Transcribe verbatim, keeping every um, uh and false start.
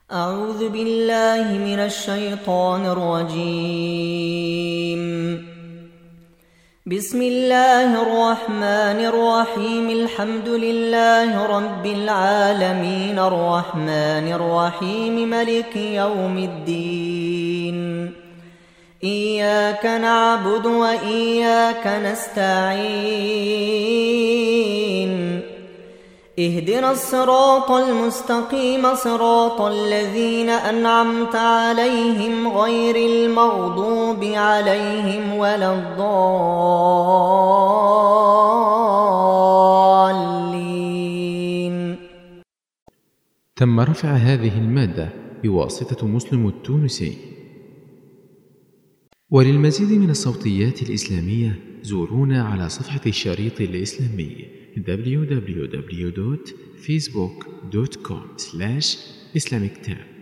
أعوذ بالله من الشيطان الرجيم. بسم الله الرحمن الرحيم. الحمد لله رب العالمين الرحمن الرحيم ملك يوم الدين. إياك نعبد وإياك نستعين. اهدنا الصراط المستقيم صراط الذين أنعمت عليهم غير المغضوب عليهم ولا الضالين. تم رفع هذه المادة بواسطة مسلم التونسي. وللمزيد من الصوتيات الإسلامية زورونا على صفحة الشريط الإسلامي دبليو دبليو دبليو دوت فيسبوك دوت كوم سلاش إسلاميك تاب.